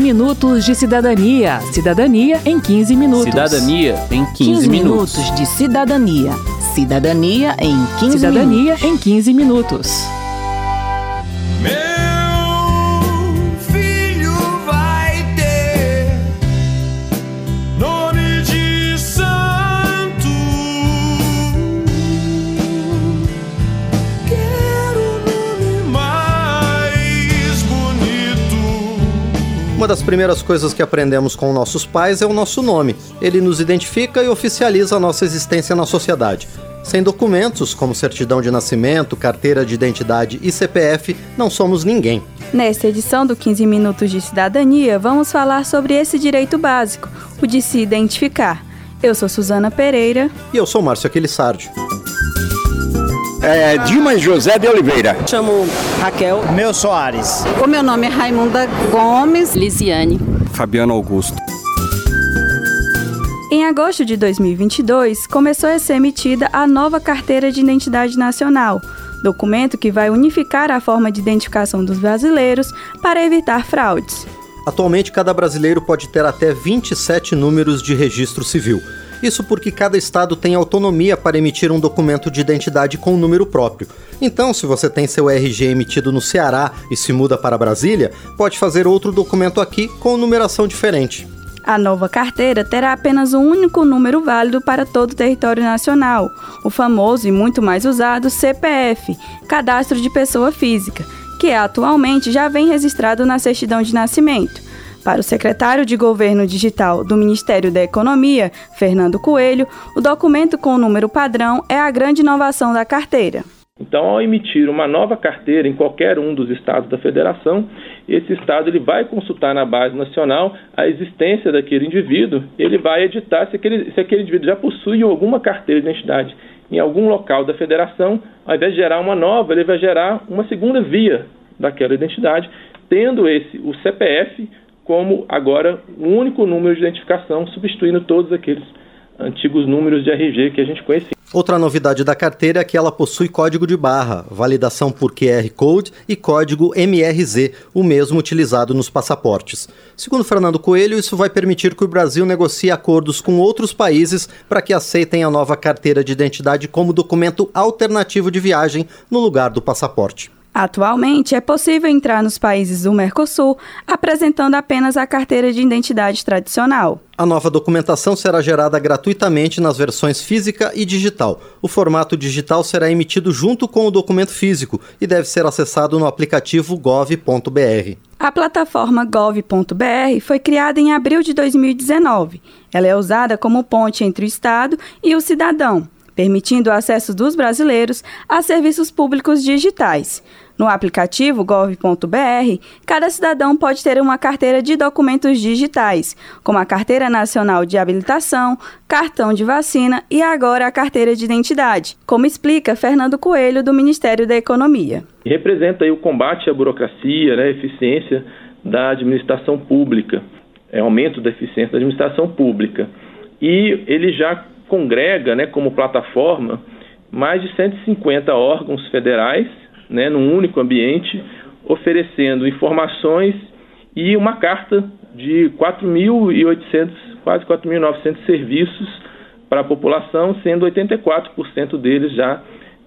minutos de cidadania. Cidadania em 15 minutos. Cidadania em 15 minutos. 15 minutos de cidadania. Cidadania em 15 Cidadania minutos. em 15 minutos. Uma das primeiras coisas que aprendemos com nossos pais é o nosso nome. Ele nos identifica e oficializa a nossa existência na sociedade. Sem documentos, como certidão de nascimento, carteira de identidade e CPF, não somos ninguém. Nesta edição do 15 Minutos de Cidadania, vamos falar sobre esse direito básico, o de se identificar. Eu sou Suzana Pereira. E eu sou Márcio Aquilissardi. Dimas José de Oliveira. Chamo Raquel. Meu Soares. O meu nome é Raimunda Gomes. Lisiane. Fabiano Augusto. Em agosto de 2022, começou a ser emitida a nova Carteira de Identidade Nacional, documento que vai unificar a forma de identificação dos brasileiros para evitar fraudes. Atualmente, cada brasileiro pode ter até 27 números de registro civil. Isso porque cada estado tem autonomia para emitir um documento de identidade com um número próprio. Então, se você tem seu RG emitido no Ceará e se muda para Brasília, pode fazer outro documento aqui com numeração diferente. A nova carteira terá apenas um único número válido para todo o território nacional, o famoso e muito mais usado CPF, Cadastro de Pessoa Física, que atualmente já vem registrado na certidão de nascimento. Para o secretário de Governo Digital do Ministério da Economia, Fernando Coelho, o documento com o número padrão é a grande inovação da carteira. Então, ao emitir uma nova carteira em qualquer um dos estados da federação, esse estado ele vai consultar na base nacional a existência daquele indivíduo, ele vai editar se aquele indivíduo já possui alguma carteira de identidade em algum local da federação. Ao invés de gerar uma nova, ele vai gerar uma segunda via daquela identidade, tendo o CPF como agora o único número de identificação, substituindo todos aqueles antigos números de RG que a gente conhecia. Outra novidade da carteira é que ela possui código de barra, validação por QR Code e código MRZ, o mesmo utilizado nos passaportes. Segundo Fernando Coelho, isso vai permitir que o Brasil negocie acordos com outros países para que aceitem a nova carteira de identidade como documento alternativo de viagem no lugar do passaporte. Atualmente, é possível entrar nos países do Mercosul apresentando apenas a carteira de identidade tradicional. A nova documentação será gerada gratuitamente nas versões física e digital. O formato digital será emitido junto com o documento físico e deve ser acessado no aplicativo gov.br. A plataforma gov.br foi criada em abril de 2019. Ela é usada como ponte entre o Estado e o cidadão, permitindo o acesso dos brasileiros a serviços públicos digitais. No aplicativo gov.br, cada cidadão pode ter uma carteira de documentos digitais, como a Carteira Nacional de Habilitação, cartão de vacina e agora a carteira de identidade, como explica Fernando Coelho, do Ministério da Economia. Representa aí o combate à burocracia, a eficiência da administração pública, aumento da eficiência da administração pública. E ele já congrega, como plataforma, mais de 150 órgãos federais, num único ambiente, oferecendo informações e uma carta de 4.800, quase 4.900 serviços para a população, sendo 84% deles já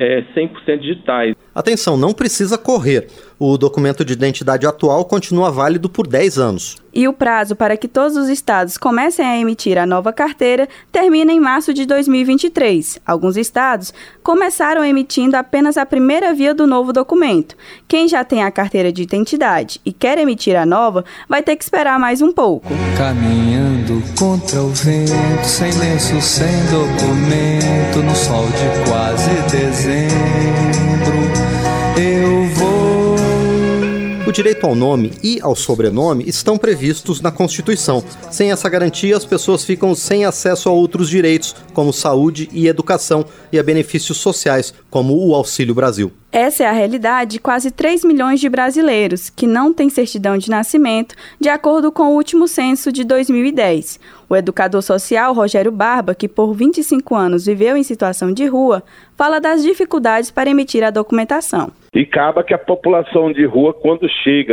100% digitais. Atenção, não precisa correr. O documento de identidade atual continua válido por 10 anos. E o prazo para que todos os estados comecem a emitir a nova carteira termina em março de 2023. Alguns estados começaram emitindo apenas a primeira via do novo documento. Quem já tem a carteira de identidade e quer emitir a nova, vai ter que esperar mais um pouco. Caminhando contra o vento, sem lenço, sem documento, no sol de quase dezembro, eu vou. O direito ao nome e ao sobrenome estão previstos na Constituição. Sem essa garantia, as pessoas ficam sem acesso a outros direitos, como saúde e educação, e a benefícios sociais, como o Auxílio Brasil. Essa é a realidade de quase 3 milhões de brasileiros que não têm certidão de nascimento, de acordo com o último censo de 2010. O educador social Rogério Barba, que por 25 anos viveu em situação de rua, fala das dificuldades para emitir a documentação. E acaba que a população de rua, quando chega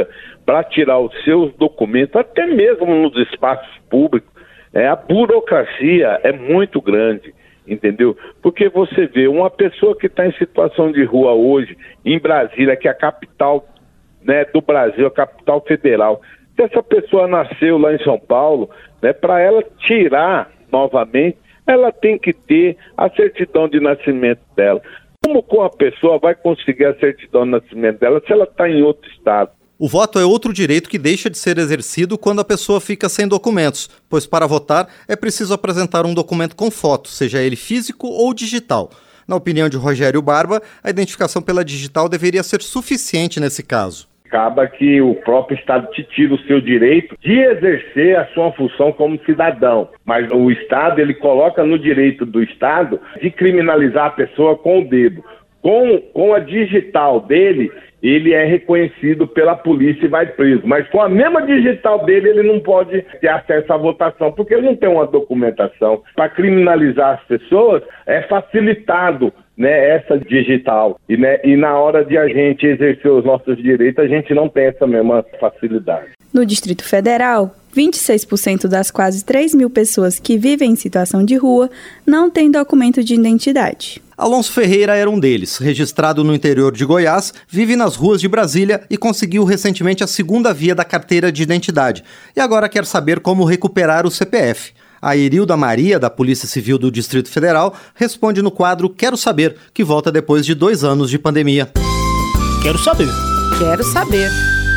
para tirar os seus documentos, até mesmo nos espaços públicos, a burocracia é muito grande, entendeu? Porque você vê, uma pessoa que está em situação de rua hoje, em Brasília, que é a capital, né, do Brasil, a capital federal, se essa pessoa nasceu lá em São Paulo, né, para ela tirar novamente, ela tem que ter a certidão de nascimento dela. Como a pessoa vai conseguir a certidão de nascimento dela se ela está em outro estado? O voto é outro direito que deixa de ser exercido quando a pessoa fica sem documentos, pois para votar é preciso apresentar um documento com foto, seja ele físico ou digital. Na opinião de Rogério Barba, a identificação pela digital deveria ser suficiente nesse caso. Acaba que o próprio Estado te tira o seu direito de exercer a sua função como cidadão. Mas o Estado, ele coloca no direito do Estado de criminalizar a pessoa com o dedo. Com a digital dele, ele é reconhecido pela polícia e vai preso. Mas com a mesma digital dele, ele não pode ter acesso à votação, porque ele não tem uma documentação. Para criminalizar as pessoas, é facilitado, né, essa digital. E na hora de a gente exercer os nossos direitos, a gente não tem essa mesma facilidade. No Distrito Federal, 26% das quase 3 mil pessoas que vivem em situação de rua não têm documento de identidade. Alonso Ferreira era um deles. Registrado no interior de Goiás, vive nas ruas de Brasília e conseguiu recentemente a segunda via da carteira de identidade. E agora quer saber como recuperar o CPF. A Irilda Maria, da Polícia Civil do Distrito Federal, responde no quadro Quero Saber, que volta depois de 2 anos de pandemia. Quero saber. Quero saber.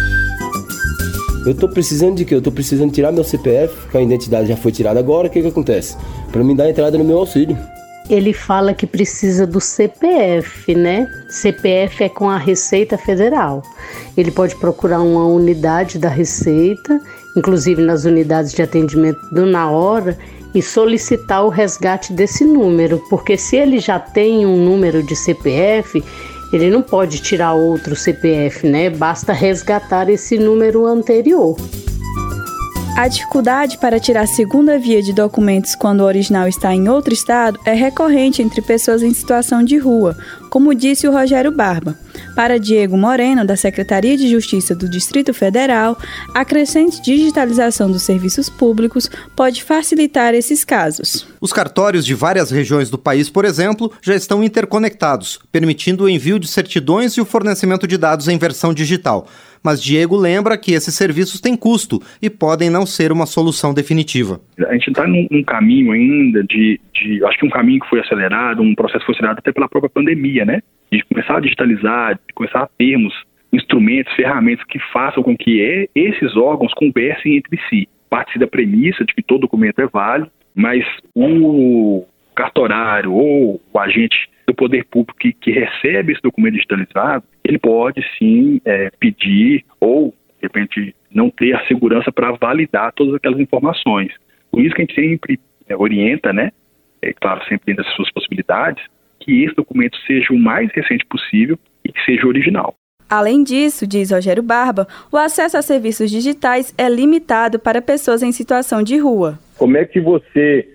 Eu tô precisando de quê? Eu tô precisando tirar meu CPF, que a identidade já foi tirada agora, o que acontece? Para me dar entrada no meu auxílio. Ele fala que precisa do CPF, né? CPF é com a Receita Federal. Ele pode procurar uma unidade da Receita, inclusive nas unidades de atendimento do Na Hora, e solicitar o resgate desse número, porque se ele já tem um número de CPF, ele não pode tirar outro CPF, né? Basta resgatar esse número anterior. A dificuldade para tirar a segunda via de documentos quando o original está em outro estado é recorrente entre pessoas em situação de rua, como disse o Rogério Barba. Para Diego Moreno, da Secretaria de Justiça do Distrito Federal, a crescente digitalização dos serviços públicos pode facilitar esses casos. Os cartórios de várias regiões do país, por exemplo, já estão interconectados, permitindo o envio de certidões e o fornecimento de dados em versão digital. Mas Diego lembra que esses serviços têm custo e podem não ser uma solução definitiva. A gente está num caminho ainda acho que um caminho que foi acelerado, um processo que foi acelerado até pela própria pandemia, né? De começar a digitalizar, de começar a termos instrumentos, ferramentas que façam com que esses órgãos conversem entre si. Parte da premissa de que todo documento é válido, mas o cartorário ou o agente do poder público que recebe esse documento digitalizado, ele pode sim pedir ou, de repente, não ter a segurança para validar todas aquelas informações. Por isso que a gente sempre orienta, né, claro, sempre dentro das suas possibilidades, que esse documento seja o mais recente possível e que seja original. Além disso, diz Rogério Barba, o acesso a serviços digitais é limitado para pessoas em situação de rua. Como é que você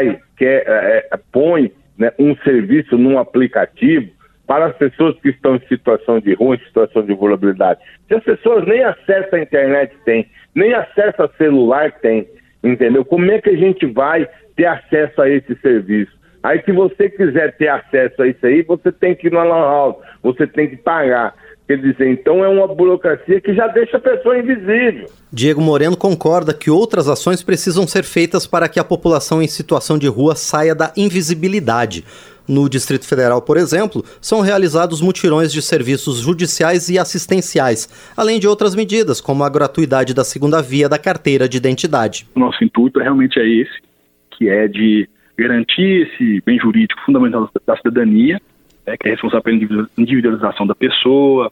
põe, né, um serviço num aplicativo para as pessoas que estão em situação de rua, em situação de vulnerabilidade? Se as pessoas nem acesso à internet têm, nem acesso a celular têm, entendeu? Como é que a gente vai ter acesso a esse serviço? Aí, se você quiser ter acesso a isso aí, você tem que ir na Lan House, você tem que pagar. Quer dizer, então é uma burocracia que já deixa a pessoa invisível. Diego Moreno concorda que outras ações precisam ser feitas para que a população em situação de rua saia da invisibilidade. No Distrito Federal, por exemplo, são realizados mutirões de serviços judiciais e assistenciais, além de outras medidas, como a gratuidade da segunda via da carteira de identidade. O nosso intuito realmente é esse, que é de garantir esse bem jurídico fundamental da cidadania, que é responsável pela individualização da pessoa,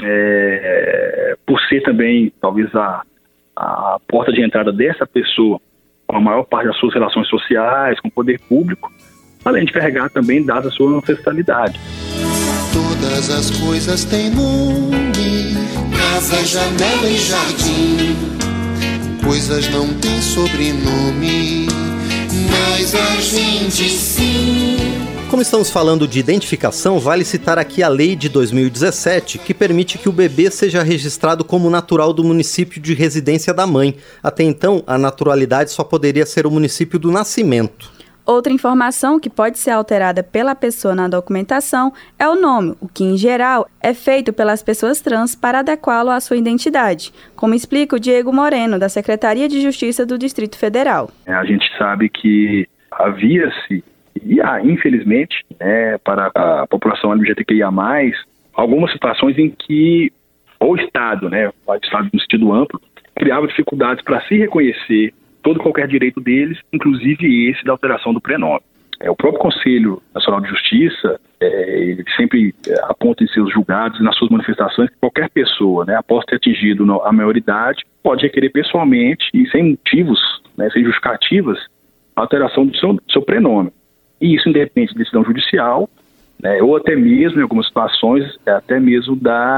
por ser também, talvez, a porta de entrada dessa pessoa com a maior parte das suas relações sociais, com o poder público, além de carregar também dados da sua ancestralidade. Todas as coisas têm nome, casa, janela e jardim. Coisas não têm sobrenome, mas a gente sim. Como estamos falando de identificação, vale citar aqui a lei de 2017, que permite que o bebê seja registrado como natural do município de residência da mãe. Até então, a naturalidade só poderia ser o município do nascimento. Outra informação que pode ser alterada pela pessoa na documentação é o nome, o que, em geral, é feito pelas pessoas trans para adequá-lo à sua identidade, como explica o Diego Moreno, da Secretaria de Justiça do Distrito Federal. A gente sabe que havia-se, e infelizmente, para a população LGBTQIA+, algumas situações em que o Estado, o Estado no sentido amplo, criava dificuldades para se reconhecer todo e qualquer direito deles, inclusive esse da alteração do prenome. O próprio Conselho Nacional de Justiça, ele sempre aponta em seus julgados e nas suas manifestações que qualquer pessoa, após ter atingido a maioridade, pode requerer pessoalmente e sem motivos, sem justificativas, a alteração do seu prenome. E isso independente de decisão judicial, ou até mesmo, em algumas situações, até mesmo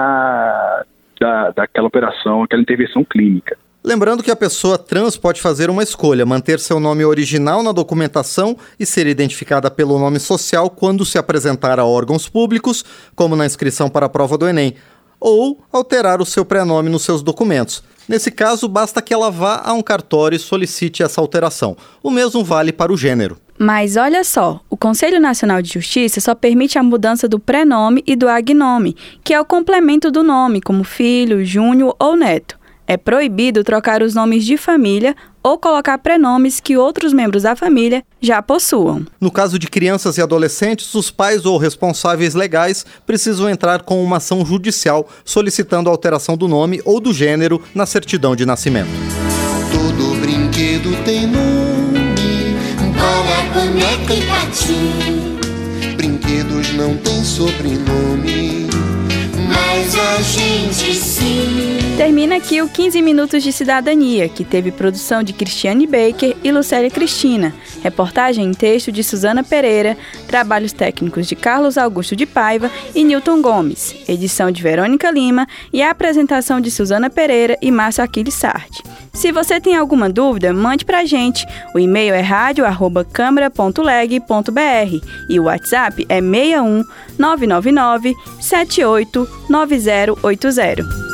daquela operação, aquela intervenção clínica. Lembrando que a pessoa trans pode fazer uma escolha, manter seu nome original na documentação e ser identificada pelo nome social quando se apresentar a órgãos públicos, como na inscrição para a prova do Enem, ou alterar o seu prenome nos seus documentos. Nesse caso, basta que ela vá a um cartório e solicite essa alteração. O mesmo vale para o gênero. Mas olha só, o Conselho Nacional de Justiça só permite a mudança do prenome e do agnome, que é o complemento do nome, como filho, júnior ou neto. É proibido trocar os nomes de família ou colocar prenomes que outros membros da família já possuam. No caso de crianças e adolescentes, os pais ou responsáveis legais precisam entrar com uma ação judicial solicitando a alteração do nome ou do gênero na certidão de nascimento. Todo brinquedo tem nome, bola, boneca e patim. Brinquedos não têm sobrenome, mas a gente sim. Termina aqui o 15 Minutos de Cidadania, que teve produção de Cristiane Baker e Lucélia Cristina, reportagem em texto de Suzana Pereira, trabalhos técnicos de Carlos Augusto de Paiva e Newton Gomes, edição de Verônica Lima e a apresentação de Suzana Pereira e Márcio Aquiles Sardi. Se você tem alguma dúvida, mande pra gente. O e-mail é radio@câmara.leg.br e o WhatsApp é 61 999 78 9080.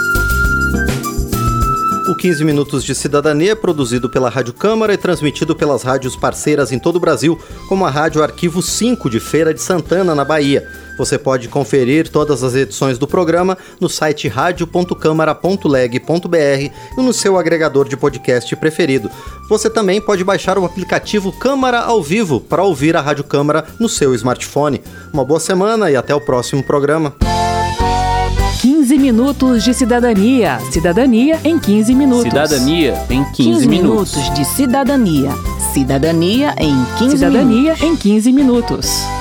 O 15 Minutos de Cidadania é produzido pela Rádio Câmara e transmitido pelas rádios parceiras em todo o Brasil, como a Rádio Arquivo 5 de Feira de Santana, na Bahia. Você pode conferir todas as edições do programa no site radio.câmara.leg.br e no seu agregador de podcast preferido. Você também pode baixar o aplicativo Câmara ao Vivo para ouvir a Rádio Câmara no seu smartphone. Uma boa semana e até o próximo programa. 15 Minutos de Cidadania. Cidadania em 15 minutos. Cidadania em 15 minutos. De cidadania. Cidadania em 15 Cidadania em 15 minutos.